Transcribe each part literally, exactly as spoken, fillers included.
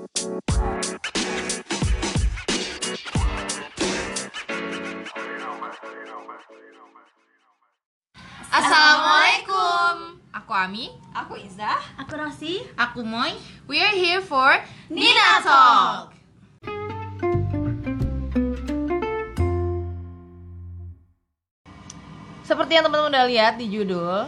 Assalamualaikum. Aku Ami. Aku Iza. Aku Rosi. Aku Moy. We are here for Nina Talk. Seperti yang teman-teman udah lihat di judul,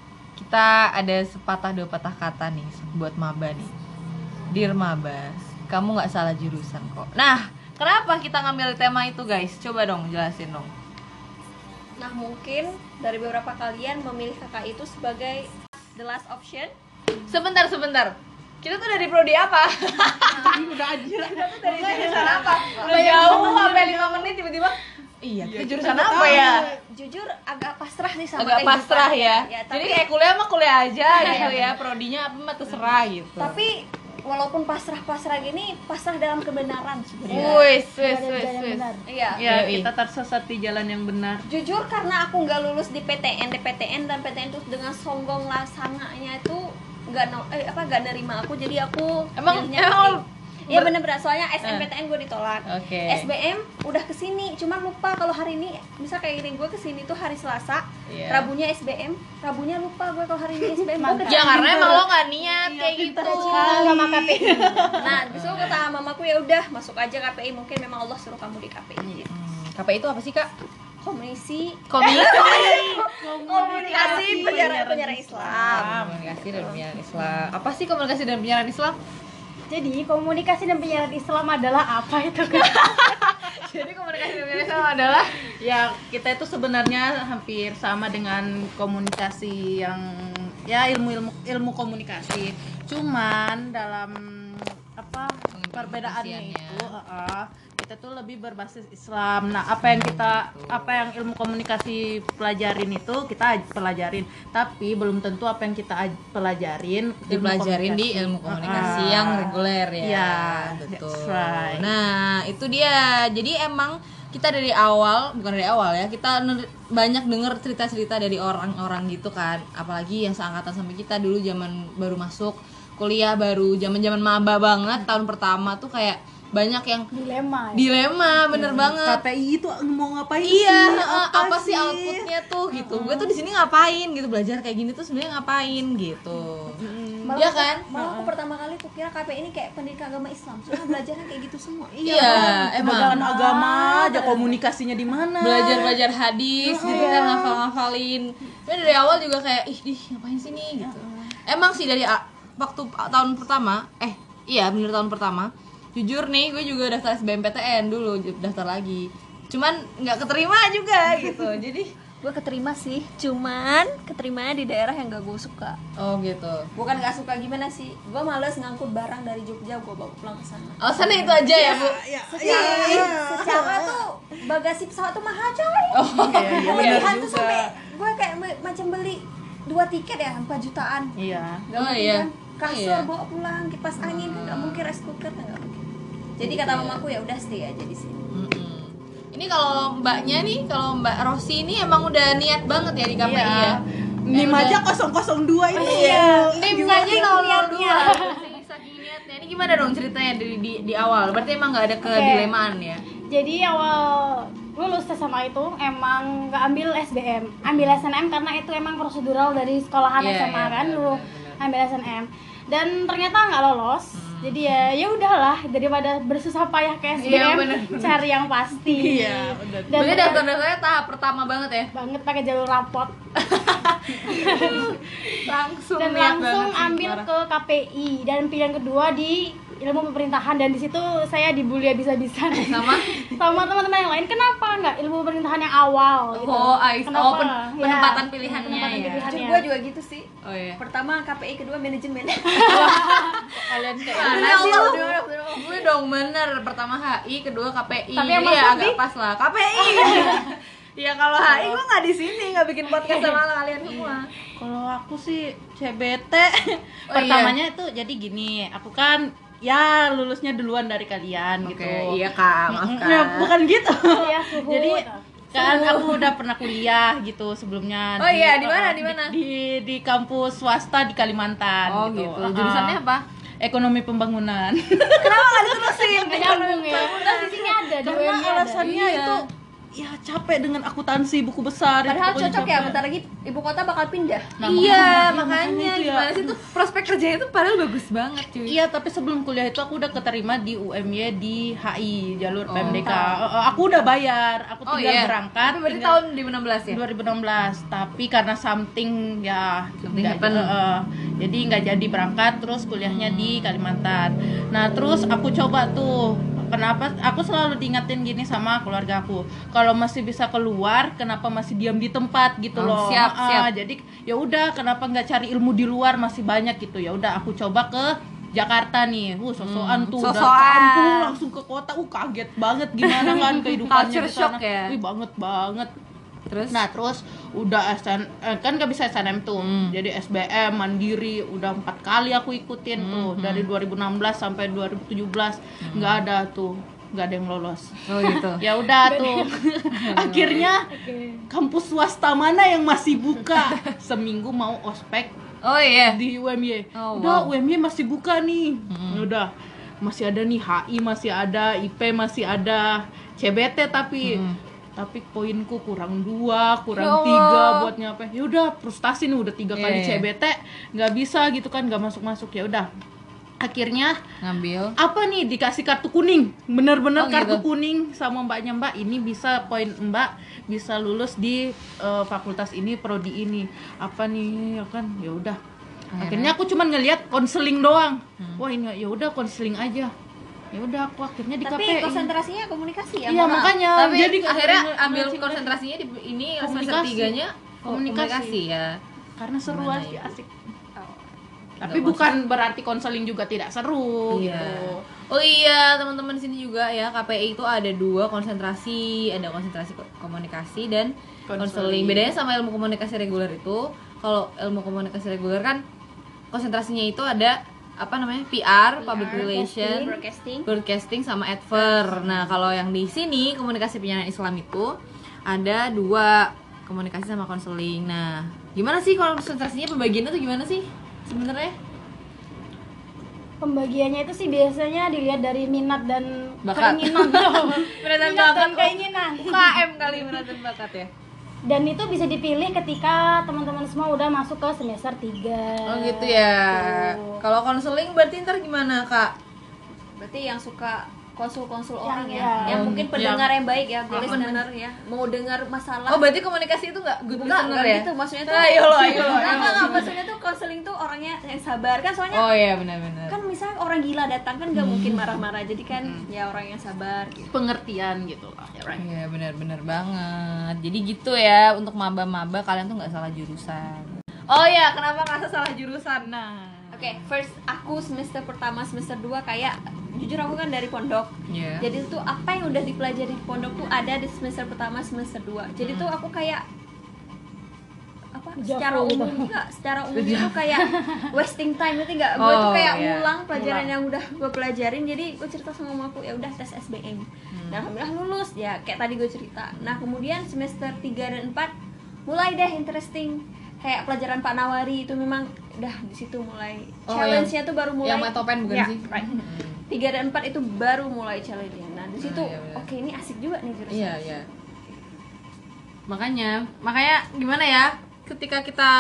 kita ada sepatah dua patah kata nih buat maba nih. Dear Mabas, kamu nggak salah jurusan kok. Nah, kenapa kita ngambil tema itu guys? Coba dong jelasin dong. Nah, mungkin dari beberapa kalian memilih kakak itu sebagai the last option. Sebentar, sebentar. Kita tuh dari prodi apa? Udah aja. Kita tuh dari jurusan apa? Udah jauh sampai lima menit tiba-tiba. Iya, kita jurusan apa ya? Jujur agak pasrah nih sama Agak pasrah ya. ya Jadi tapi, kayak kuliah mah kuliah aja gitu ya. Prodinya apa mah terserah gitu. tapi walaupun pasrah-pasrah gini, pasrah dalam kebenaran sebenarnya. Wis, wis, wis, wis. Iya. Ya, Yoi. kita tersesat di jalan yang benar. Jujur karena aku nggak lulus di P T N, di P T N dan P T N itu dengan songgong lasanganya itu nggak no, eh apa nggak nerima aku, jadi aku Emang milihnya emang P- Iya bener-bener, soalnya S M P T N gue ditolak. Oke. S B M udah kesini, cuman lupa kalau hari ini, misal kayak gini, gue kesini tuh hari Selasa, Iya. Rabunya S B M, Rabunya lupa gue kalau hari ini S B M. Gue Ya karena emang lo nggak niat kayak gitu. Sama K P I. Nah, besok kata mamaku ya udah masuk aja K P I, mungkin memang Allah suruh kamu di K P I. Gitu. Hmm, K P I itu apa sih kak? Komisi Komisi. Komunikasi Penyiaran Penyiaran Islam. Komunikasi dan penyiaran Islam. Apa sih komunikasi dan penyiaran Islam? Jadi komunikasi dan penyiaran Islam adalah apa itu kan? Jadi komunikasi dan penyiaran Islam adalah Ya, kita itu sebenarnya hampir sama dengan komunikasi yang ya ilmu-ilmu ilmu komunikasi. Cuman dalam apa perbedaannya Pengaplikasiannya. itu uh, kita tuh lebih berbasis Islam. Nah, apa yang kita apa yang ilmu komunikasi pelajarin itu kita aj- pelajarin, tapi belum tentu apa yang kita aj- pelajarin ilmu dipelajarin di komunikasi. ilmu komunikasi Uh-uh. yang reguler ya. Iya, betul. that's right. Nah, itu dia. Jadi emang kita dari awal, bukan dari awal ya, kita ner- banyak denger cerita-cerita dari orang-orang gitu kan. Apalagi yang seangkatan sama kita dulu zaman baru masuk kuliah, baru zaman-zaman maba banget, tahun pertama tuh kayak banyak yang Dilema. Ya? dilema, bener banget. K P I itu mau ngapain Iya, sih? eh, apa, sih outputnya tuh gitu. Gue tuh di sini ngapain gitu, belajar kayak gini tuh sebenarnya ngapain gitu. Malah Iya aku- kan? Malah aku pertama kali tuh kira K P I ini kayak pendidikan agama Islam, soalnya belajarnya kayak gitu semua. Iya, emang Pelajaran agama aja, komunikasinya di mana? belajar-belajar hadis gitu kan, ngafal-ngafalin. Tapi dari awal juga kayak ih, ih ngapain sih nih gitu. Emang sih dari a- waktu a- tahun pertama, eh iya bener tahun pertama. Jujur nih, gue juga daftar S B M P T N dulu, j- daftar lagi. Cuman nggak keterima juga gitu. Jadi Gue keterima sih, cuman keterimanya di daerah yang gak gue suka. oh gitu. Bukan gak suka gimana sih, gue males ngangkut barang dari Jogja, gue bawa pulang ke sana. Alasannya itu aja ya, Bu. Ya, Secara, secara tuh bagasi pesawat tuh mahal coy. Oh, iya, iya, benar Pilihan tuh juga. sampai gue kayak me- macam beli dua tiket ya, empat jutaan. Iya. Gak Oh, mungkin iya. kan, kasur Iya. bawa pulang, kipas angin kan gak mungkin, rice cooker kan gak mungkin. Jadi kata mamaku ya udah stay aja di sini. Mm-mm. Ini kalau mbaknya nih, kalau Mbak Rosi ini emang udah niat banget ya di K P I Iya. ya. Nim Emang aja udah- kosong kosong dua ini. Iya. Nim Gimana aja sih nol nol niatnya? dua. Saking saking niatnya. Ini gimana dong ceritanya di di, di awal? Berarti emang nggak ada kedilemaan ya? Jadi awal lulus S M A itu emang nggak ambil S B M, ambil S N M karena itu emang prosedural dari sekolahan Iya, S M A iya, kan benar, dulu benar, ambil S N M dan ternyata nggak lolos. Jadi ya ya udahlah, daripada bersusah payah ke S B M, Iya, benar, benar. cari yang pasti. Iya, udah. Dan Berarti ternyata- daftar-daftarnya tahap pertama banget ya? banget pakai jalur rapot Langsung dan niat langsung banget sih, ambil parah. ke K P I dan pilihan kedua di ilmu pemerintahan, dan di situ saya dibully habis-habisan Sama? sama teman-teman yang lain. Kenapa nggak ilmu pemerintahan yang awal gitu? Oh, I- Kenapa? oh, pen- Ya, penempatan pilihannya penempatan ya. pilihannya. Gue juga gitu sih. Oh iya. Pertama K P I, kedua manajemen. Kalian kayak Mana Bener sih Allah, lu? bener, bener. Gue dong bener. Pertama H I, kedua K P I. Tapi yang Iya, masuk agak di- pas lah. K P I. Ya kalau H I gue nggak di sini, nggak bikin podcast sama kalian semua. kalau aku sih C B T. Oh, Pertamanya itu jadi gini, aku kan ya lulusnya duluan dari kalian Oke, gitu. iya Kak, maaf Kak. Ya, bukan gitu. Iya, suhu. Jadi kan aku udah pernah kuliah gitu sebelumnya. Oh iya, di mana, di di- mana? Di, di kampus swasta di Kalimantan Oh gitu. gitu. Uh-uh. Jurusannya apa? ekonomi pembangunan. Kenapa nggak diterusin? Nggak nyambung ya. Nah, di sini ada di U Karena M Y ada. alasannya Iya. itu ya capek dengan akuntansi buku besar. itu Padahal pokoknya cocok ya, capek. bentar lagi ibu kota bakal pindah. Nah, iya, makanya- makanya itu ya. gimana sih tuh prospek kerjanya tuh padahal bagus banget cuy. Iya, tapi sebelum kuliah itu aku udah keterima di U M Y di H I, jalur Oh. P M D K. Eh, eh, Aku udah bayar, aku Oh tinggal iya. berangkat. Tapi berarti tinggal- tahun dua ribu enam belas ya? dua ribu enam belas, tapi karena something ya Something nggak- happen. eh, eh, jadi nggak jadi berangkat, terus kuliahnya di Kalimantan. Nah terus aku coba tuh, kenapa aku selalu diingetin gini sama keluarga aku, kalau masih bisa keluar kenapa masih diam di tempat gitu Oh, loh. siap, Ah, siap. jadi ya udah kenapa nggak cari ilmu di luar, masih banyak gitu. Ya udah aku coba ke Jakarta nih, uh sosokan Hmm, tuh udah sosokan. kampung langsung ke kota, uh kaget banget gimana kan kehidupannya Culture di sana. shock ya? Wih, banget banget. Terus Nah terus udah S N eh, kan gak bisa S N M tuh, Hmm. jadi S B M Mandiri udah empat kali aku ikutin tuh Hmm, dari dua ribu enam belas sampai dua ribu tujuh belas nggak ada tuh, nggak ada yang lolos. oh gitu. Ya udah tuh akhirnya Oke. kampus swasta mana yang masih buka, seminggu mau ospek Oh iya. di U M Y. Oh, Udah wow. U M Y masih buka nih. Mm-mm. Udah masih ada nih H I masih ada, I P masih ada, C B T tapi Mm. tapi poinku kurang dua, kurang Ya Allah. tiga buat nyampe. Ya udah frustasi nih udah tiga Iya, kali iya. C B T nggak bisa gitu kan, nggak masuk masuk. Ya udah akhirnya Ngambil. apa nih dikasih kartu kuning, bener-bener Oh, kartu gitu. kuning sama mbaknya, mbak ini bisa poin mbak bisa lulus di eh, fakultas ini, prodi ini, apa nih ya kan. Ya udah Akhirnya? akhirnya aku cuman ngelihat konseling doang. Hmm. Wah ini ya udah konseling aja. Ya udah aku akhirnya di Tapi K P I. konsentrasinya komunikasi ya. Iya mohon maaf. makanya Tapi jadi akhirnya nge- ambil nge- konsentrasinya di ini semester Komunikasi. tiganya Komunikasi. komunikasi ya. karena seru Gimana aja ya? asik. Oh. Tapi bukan berarti konseling juga tidak seru Iya. gitu. Oh iya, teman-teman di sini juga ya, K P I itu ada dua konsentrasi, ada konsentrasi ko- komunikasi dan Konseling. konseling. Bedanya sama ilmu komunikasi reguler itu, kalau ilmu komunikasi reguler kan konsentrasinya itu ada apa namanya? P R, public relation, broadcasting. broadcasting sama adver. Nah, kalau yang di sini komunikasi penyiaran Islam itu ada dua, komunikasi sama konseling. Nah, gimana sih kalau konsentrasinya pembagiannya tuh gimana sih sebenarnya? Pembagiannya itu sih biasanya dilihat dari minat dan Bakat. keinginan. Minat dan Minat dan bakat. keinginan. U K M kali minat dan bakat ya. Dan itu bisa dipilih ketika teman-teman semua udah masuk ke semester tiga. Oh gitu ya. Tuh. Kalau konseling berarti ntar gimana, Kak? Berarti yang suka konsul-konsul Yang- orang ya, ya. yang Oh, mungkin pendengar yang baik ya, good Apa listener ya, mau dengar masalah. Oh, berarti komunikasi itu nggak good Bukan, listener bukan ya? gitu, maksudnya tuh. Ayo lo, ayo lo. Enggak, enggak, enggak, maksudnya tuh konseling tuh orangnya yang sabar kan, soalnya Oh iya, benar-benar. kan misalnya orang gila datang kan nggak mungkin marah-marah, jadi kan ya orang yang sabar gitu. Pengertian gitu lah. Iya, benar-benar banget. Jadi gitu ya, untuk maba-maba kalian tuh nggak salah jurusan. Oh iya, kenapa nggak salah jurusan? Nah. Oke, first aku semester pertama, semester dua kayak jujur aku kan dari pondok. Iya. Jadi tuh apa yang udah dipelajari di pondok tuh ada di semester pertama, semester dua. Jadi tuh aku kayak apa? Jago Secara gitu. umum enggak, secara umum itu kayak wasting time itu enggak. Gue tuh Oh, kayak iya. ngulang pelajaran Ngulang. yang udah gue pelajarin. Jadi gue cerita sama mamaku, ya udah tes S B M. Dan alhamdulillah lulus ya, kayak tadi gue cerita. Nah, kemudian semester tiga dan empat mulai deh interesting. Kayak pelajaran Pak Nawari itu memang udah di situ mulai Oh, challenge-nya tuh baru mulai. Yang metopen bukan Ya, sih? right. tiga dan empat itu baru mulai challenge-nya. Nah, di situ iya, benar. oke ini asik juga nih jurusan. Iya, iya. Makanya, makanya gimana ya? Ketika kita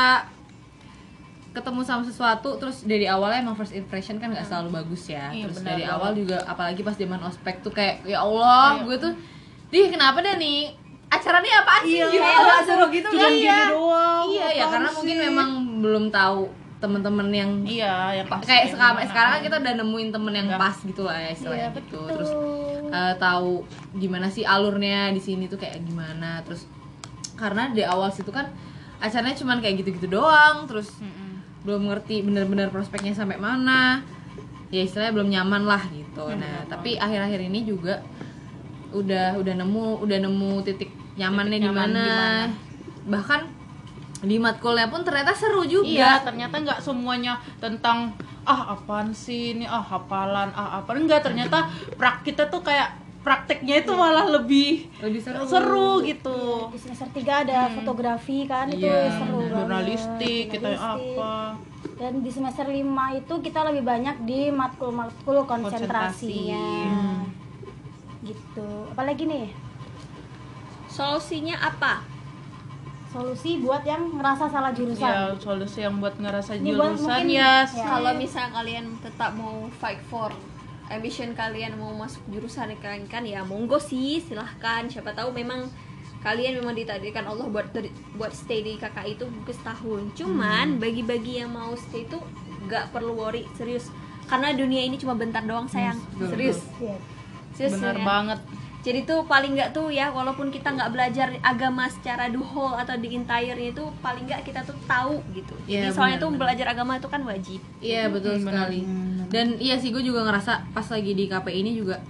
ketemu sama sesuatu terus dari awalnya emang first impression kan nggak selalu bagus ya. Iya, Terus benar dari banget. awal juga apalagi pas zaman ospek tuh kayak ya Allah, Iya. gue tuh dih kenapa dah nih acaranya apaan sih? Iya, gitu. kayak nggak seru gitu Cuma kan. gini doang. Iya ya, apaan karena sih? mungkin memang belum tahu temen-temen yang Iya, yang pa- pasti kayak yang sekarang gimana. sekarang kan kita udah nemuin temen yang Iya. pas gitu lah ya Iya, istilahnya gitu. betul. Terus eh, tahu gimana sih alurnya di sini tuh kayak gimana. Terus karena di awal situ kan acaranya cuman kayak gitu-gitu doang, terus Mm-mm. belum ngerti bener-bener prospeknya sampai mana. Ya istilahnya belum nyaman lah gitu. Nah, tapi akhir-akhir ini juga udah udah nemu udah nemu titik nyamannya Titik di nyaman mana. di mana. Bahkan di matkulnya pun ternyata seru juga. Iya, ternyata nggak semuanya tentang ah apaan sih ini, ah hafalan, ah apa enggak, ternyata prak kita tuh kayak prakteknya itu malah lebih Lebih seru. seru gitu. Di semester tiga ada fotografi kan, itu Iya, seru banget. Jurnalistik, kita Jurnalistik. apa. Dan di semester lima itu kita lebih banyak di matkul-matkul konsentrasinya. Konsentrasi. Gitu. Apalagi nih? Solusinya apa? Solusi buat yang ngerasa salah jurusan. Ya, solusi yang buat ngerasa Ini buat jurusan mungkin- ya, ya. Kalau misal kalian tetap mau fight for ambition kalian mau masuk jurusan yang kalian kan ya monggo sih, silahkan. Siapa tahu memang kalian memang ditakdirkan Allah buat dari- buat stay di K K I itu mungkin setahun. Cuman bagi-bagi yang mau stay itu nggak perlu worry, serius. Karena dunia ini cuma bentar doang sayang, betul, serius. Iya. Serius, benar ya. banget. Jadi tuh paling nggak tuh ya, walaupun kita nggak belajar agama secara the whole atau di entire itu, paling nggak kita tuh tahu gitu. Jadi Iya, soalnya benar, tuh benar. belajar agama itu kan wajib. Iya betul Hmm, sekali. benar. Dan iya sih gue juga ngerasa pas lagi di K P I ini juga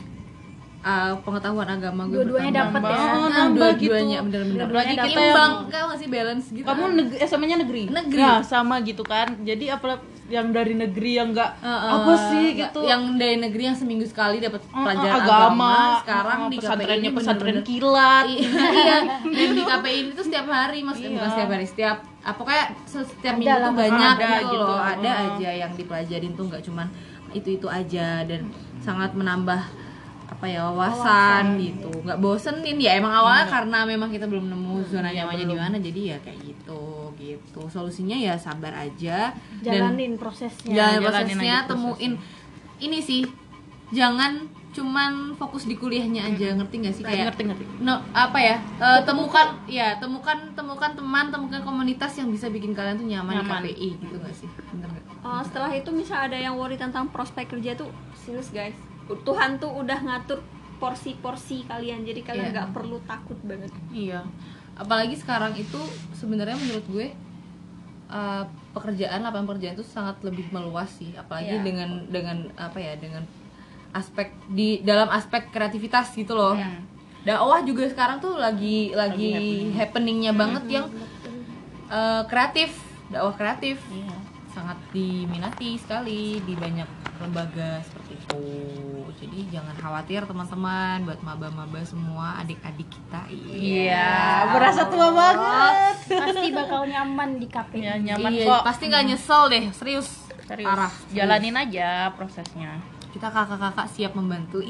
uh, pengetahuan agama gue Dua-duanya bertambah. dapet ya. Nah, Nambah gitu. dua-duanya bener-bener. Dua-duanya Lagi dapet. imbang, kau nggak sih balance gitu. Kamu negeri, S M-nya negeri? Negeri. Nah, sama gitu kan. Jadi apa yang dari negeri yang enggak Uh, uh, apa sih nggak- gitu. Yang dari negeri yang seminggu sekali dapat Uh, uh, pelajaran agama, agama, sekarang uh, di K P I pesantrennya ini pesantren bener-bener- kilat. iya, dan di K P I ini tuh setiap hari, maksudnya Iya. bukan setiap hari, setiap apa kayak setiap Ada minggu lah, tuh banyak ada gitu, gitu. loh, ada Uh. aja yang dipelajarin tuh nggak cuman itu-itu aja dan sangat menambah apa ya wawasan, gitu, nggak bosenin ya emang awalnya karena memang kita belum nemu zona nyamannya di mana jadi ya kayak gitu gitu solusinya ya sabar aja dan Jalanin prosesnya. jalan Jalanin prosesnya aja temuin ini sih jangan cuman fokus di kuliahnya aja ngerti nggak sih kayak ngerti ngerti. no apa ya eh, temukan ya temukan temukan teman temukan komunitas yang bisa bikin kalian tuh nyaman, Nyaman. di K P I gitu nggak sih bener nggak? Uh, setelah itu misal ada yang worry tentang prospek kerja tuh serius guys, Tuhan tuh udah ngatur porsi-porsi kalian, jadi kalian Iya. nggak perlu takut banget. Iya. Apalagi sekarang itu sebenarnya menurut gue uh, pekerjaan lapangan pekerjaan itu sangat lebih meluas sih apalagi Iya. dengan dengan apa ya dengan aspek di dalam aspek kreativitas gitu loh. Iya. Dakwah juga sekarang tuh lagi lagi, happening. happeningnya banget yang uh, kreatif, dakwah kreatif Iya. sangat diminati sekali di banyak lembaga seperti itu. Jadi jangan khawatir teman-teman buat maba-maba semua adik-adik kita. Iya, berasa tua banget. Pasti bakal nyaman di K P I. Ya, nyaman Iya, kok. pasti nggak nyesel deh, serius. Serius. Parah. Jalanin aja prosesnya. Kita kakak-kakak siap membantu.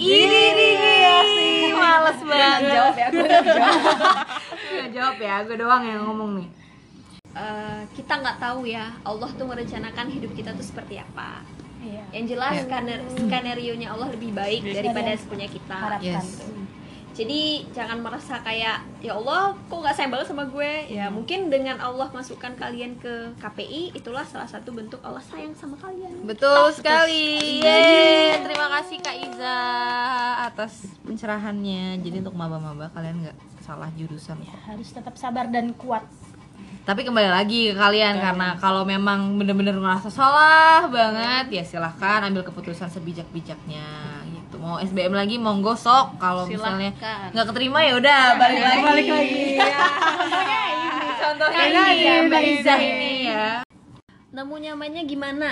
Ini males banget. Jawab ya, gue nggak jawab. Nggak jawab ya, gue doang yang ngomong nih. Uh, kita nggak tahu ya Allah tuh merencanakan hidup kita tuh seperti apa. Iya. Yang jelas Iya. skenario skenario-nya Allah lebih baik daripada punya kita. Harapkan. Yes. Jadi jangan merasa kayak ya Allah kok nggak sayang banget sama gue. Ya mungkin dengan Allah masukkan kalian ke K P I itulah salah satu bentuk Allah sayang sama kalian. Betul sekali. Yeay. Terima kasih Kak Iza atas pencerahannya. Jadi untuk maba-maba kalian nggak salah jurusan kok. Harus tetap sabar dan kuat. Tapi kembali lagi ke kalian karena kalau memang bener-bener ngerasa salah banget ya silahkan ambil keputusan sebijak-bijaknya gitu. Mau S B M lagi monggo sok, kalau misalnya Silahkan. nggak keterima ya udah balik lagi. balik lagi. Contohnya ini, contohnya Ini ini ya, Mbak ini. Iza ini ya. Nemu nyamannya gimana?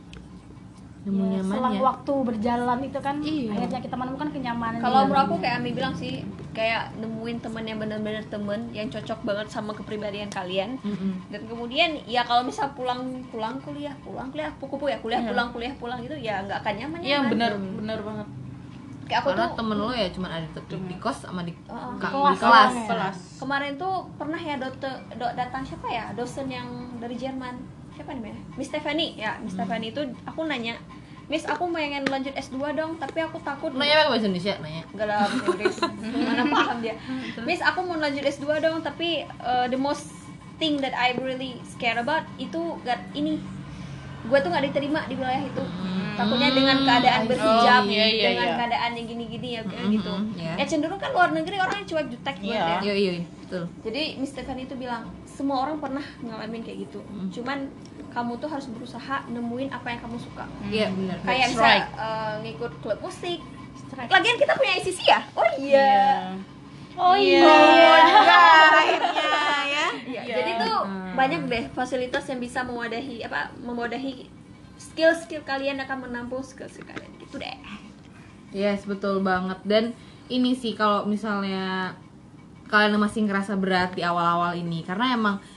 Nemu Ya, selang nyamannya. waktu berjalan itu kan Iya. akhirnya kita menemukan kenyamanan. Kalau di menurut aku dalamnya. kayak Ami bilang sih, kayak nemuin temen yang benar-benar temen yang cocok banget sama kepribadian kalian. Mm-mm. Dan kemudian ya kalau misal pulang pulang kuliah pulang kuliah kupu ya kuliah Iya. pulang kuliah pulang gitu ya nggak akan nyaman Iya, nyaman. benar benar banget. Kayak aku Karena tuh temen lo ya cuma ada di, di kos sama di, Oh, ka- kelas di kelas. doang ya. Kelas. kemarin tuh pernah ya dokter do, datang siapa ya dosen yang dari Jerman siapa namanya Miss Stephanie ya Miss Stephanie itu aku nanya Miss aku pengen lanjut S dua dong tapi aku takut Nanya pakai bahasa Indonesia, nanya. enggak lah bahasa Inggris mana paham dia Miss aku mau lanjut S dua dong tapi uh, the most thing that I really scared about itu gak ini gue tuh nggak diterima di wilayah itu takutnya dengan keadaan berhijab Oh, iya, iya, dengan iya. keadaan yang gini-gini ya kayak Mhm, gitu iya. ya cenderung kan luar negeri orang cuek jutek banget Iya. ya Iya iya iya, betul. jadi Miss Stephanie itu bilang semua orang pernah ngalamin kayak gitu cuman kamu tuh harus berusaha nemuin apa yang kamu suka Iya benar. kayak That's bisa right. uh, ngikut klub musik lagian kita punya I C C ya oh iya Oh iya. akhirnya ya. Iya, Iya. jadi tuh banyak deh fasilitas yang bisa mewadahi apa memwadahi skill-skill kalian akan menampung skill-skill kalian gitu deh. Yes, betul banget. Dan ini sih kalau misalnya kalian masih ngerasa berat di awal-awal ini karena emang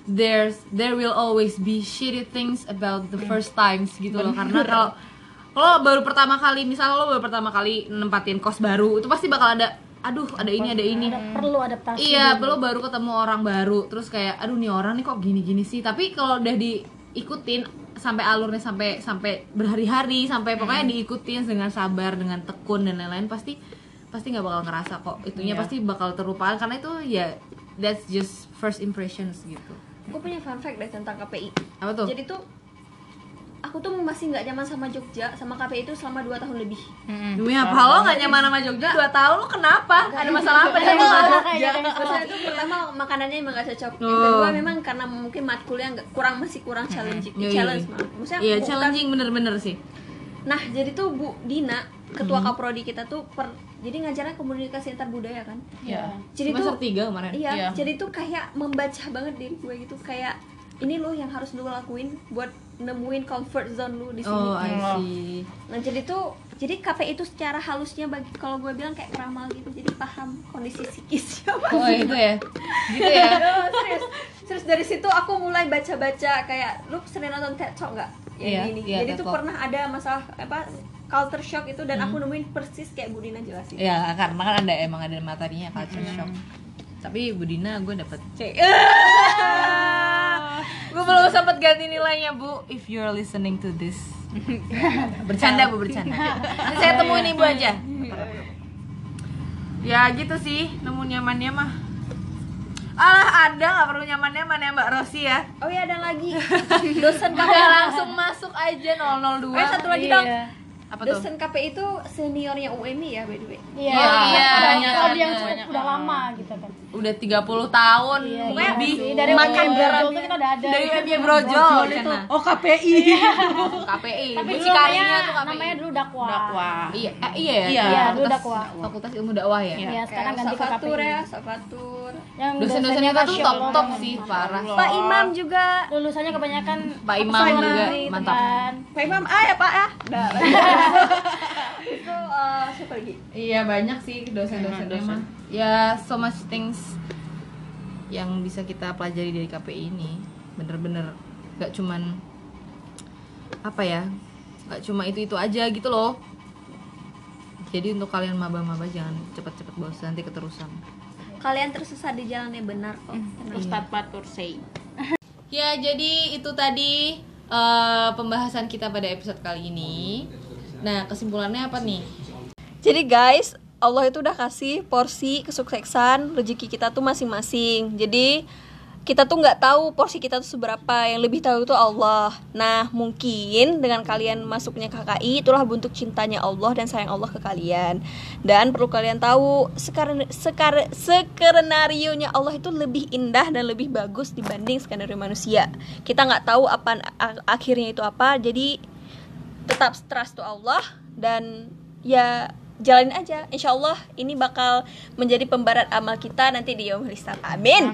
there's there will always be shitty things about the first times gitu loh. Karena kalau kalau baru pertama kali, misalnya lo baru pertama kali nempatin kos baru, itu pasti bakal ada aduh ada ini ada ini Ada perlu adaptasi. iya dulu. lo baru ketemu orang baru terus kayak aduh nih orang nih kok gini-gini sih. Tapi kalau udah diikutin sampai alurnya sampai sampai berhari-hari sampai pokoknya diikutin dengan sabar dengan tekun dan lain-lain pasti pasti nggak bakal ngerasa kok itunya. Iya. Pasti bakal terlupakan karena itu ya that's just first impressions gitu. Gue punya fun fact deh tentang K P I. Apa tuh? Jadi tuh aku tuh masih nggak nyaman sama Jogja sama K P I itu selama dua tahun lebih. Demi apa lo nggak nyaman sama Jogja dua tahun lo kenapa? Ada masalah apa dengan Jogja? Maksudnya itu pertama makanannya emang gak cocok. Yang Oh. kedua memang karena mungkin matkulnya nggak kurang masih kurang challenging, Iya, iya. challenge mah. Maksudnya Iya bukan- challenging bener-bener sih. Nah jadi tuh Bu Dina ketua Kaprodi kita tuh per, jadi ngajarnya komunikasi antar budaya kan. Iya. Jadi Semester tuh tiga kemarin. iya, Iya. jadi tuh kayak membaca banget diri gue gitu kayak ini loh yang harus lu lakuin buat nemuin comfort zone lu di sini. Oh, I see. Nah jadi tuh jadi K P I itu secara halusnya bagi kalau gue bilang kayak peramal gitu, jadi paham kondisi psikisnya. Oh itu ya, gitu ya. Aduh, serius. Terus dari situ aku mulai baca-baca kayak lu sering nonton TED Talk nggak? Yang Iya, ini. iya, Jadi TED tuh Talk. pernah ada masalah apa culture shock itu dan aku nemuin persis kayak Budina jelasin. Ya karena kan ada emang ada materinya culture shock. Tapi Budina gue dapet C. Gue belum sempat ganti nilainya Bu. If you're listening to this, bercanda Bu bercanda. Nanti saya temuin ibu aja. Ya gitu sih, nemu nyamannya mah. Alah ada nggak perlu nyaman-nyaman ya Mbak Rosi ya. Oh iya ada lagi dosen K P I. Udah langsung masuk aja nol nol dua. Eh satu lagi Iya. dong. Apa tuh? Dosen K P I itu seniornya U M I ya by the way. Iya. Oh, iya, Kalau banyak, kalau dia yang banyak, cukup banyak. udah lama gitu kan. Udah tiga puluh tahun Iya, lebih. iya sih. Dari Makan makan garam brojol tuh kita udah ada. Dari gitu. U M Y Brojol itu. Cina. Oh K P I. K P I. Tapi dulu Mucikarinya namanya, tuh K P I. namanya dulu dakwah. Dakwah. Iya, eh, iya ya. Iya, Fakultas- dulu dakwah. Fakultas Ilmu Dakwah ya. Iya. Iya, sekarang Kayak ganti ke K P I. Safatur ya, Safatur. Yang Dosen-dosen dosennya kita tuh Masya top Allah top banget. sih, parah. Pak Imam juga. Lulusannya kebanyakan Pak Imam pesantren juga, negeri, itu mantap. kan. Pak Imam ah ya Pak ya. Dah. Itu eh, siapa lagi? Iya banyak sih dosen-dosennya Dosen. mah. Ya so much things yang bisa kita pelajari dari K P I ini. Bener-bener gak cuman apa ya, gak cuma itu-itu aja gitu loh. Jadi untuk kalian maba-maba jangan cepet-cepet bosan, nanti keterusan. Kalian tersesat di jalan yang benar kok. Tenang. Ustadz Batur say. Ya, jadi itu tadi eh, pembahasan kita pada episode kali ini. Nah, kesimpulannya apa nih? Jadi guys, Allah itu udah kasih porsi kesuksesan rezeki kita tuh masing-masing. Jadi kita tuh nggak tahu porsi kita tuh seberapa, yang lebih tahu itu Allah. Nah mungkin dengan kalian masuknya K K I itulah bentuk cintanya Allah dan sayang Allah ke kalian. Dan perlu kalian tahu sekar sekar skenario nya Allah itu lebih indah dan lebih bagus dibanding skenario manusia. Kita nggak tahu apa akhirnya itu apa, jadi tetap trust to Allah dan ya jalanin aja. Insya Allah ini bakal menjadi pembarat amal kita nanti di yaumul hisab. Amin.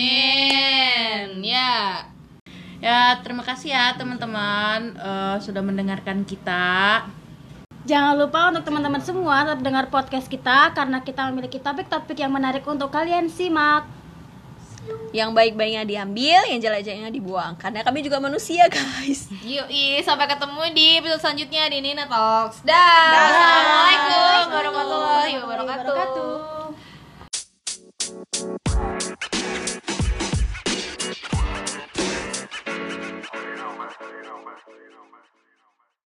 Amin. Ya. Ya, terima kasih ya teman-teman eh, sudah mendengarkan kita. Jangan lupa untuk teman-teman semua tetap dengar podcast kita karena kita memiliki topik-topik yang menarik untuk kalian simak. Yang baik-baiknya diambil, yang jelek-jeleknya dibuang. Karena kami juga manusia, guys. Yuk, sampai ketemu di episode selanjutnya di Nina Talks. Dah. Assalamualaikum warahmatullahi wabarakatuh.